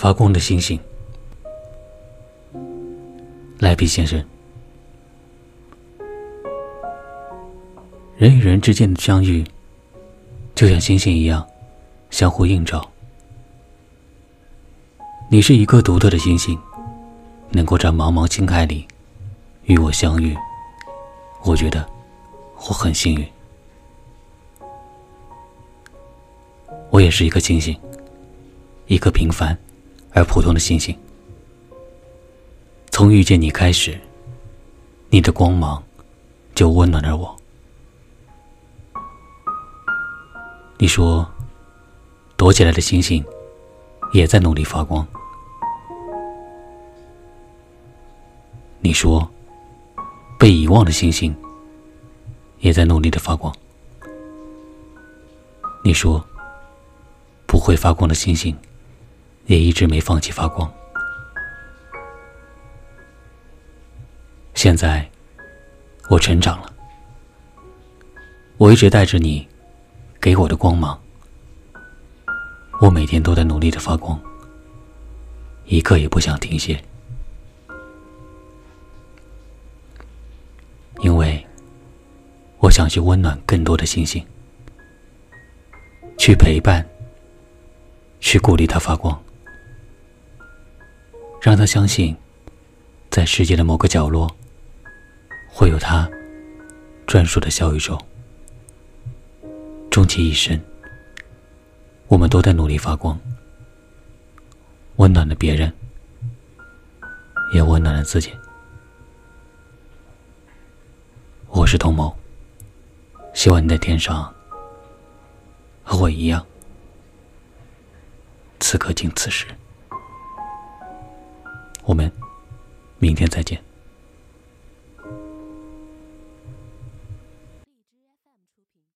发光的星星。赖皮先生，人与人之间的相遇，就像星星一样，相互映照。你是一颗独特的星星，能够在茫茫星海里与我相遇，我觉得我很幸运。我也是一颗星星，一颗平凡而普通的星星。从遇见你开始，你的光芒就温暖了我。你说，躲起来的星星也在努力发光。你说，被遗忘的星星也在努力的发光。你说，不会发光的星星也一直没放弃发光。现在我成长了，我一直带着你给我的光芒，我每天都在努力的发光，一刻也不想停歇。因为我想去温暖更多的星星，去陪伴，去鼓励它发光，让它相信在世界的某个角落会有它专属的小宇宙。终其一生，我们都在努力发光，温暖了别人，也温暖了自己。我是童某，希望你在天上和我一样，此刻经此时。我们明天再见。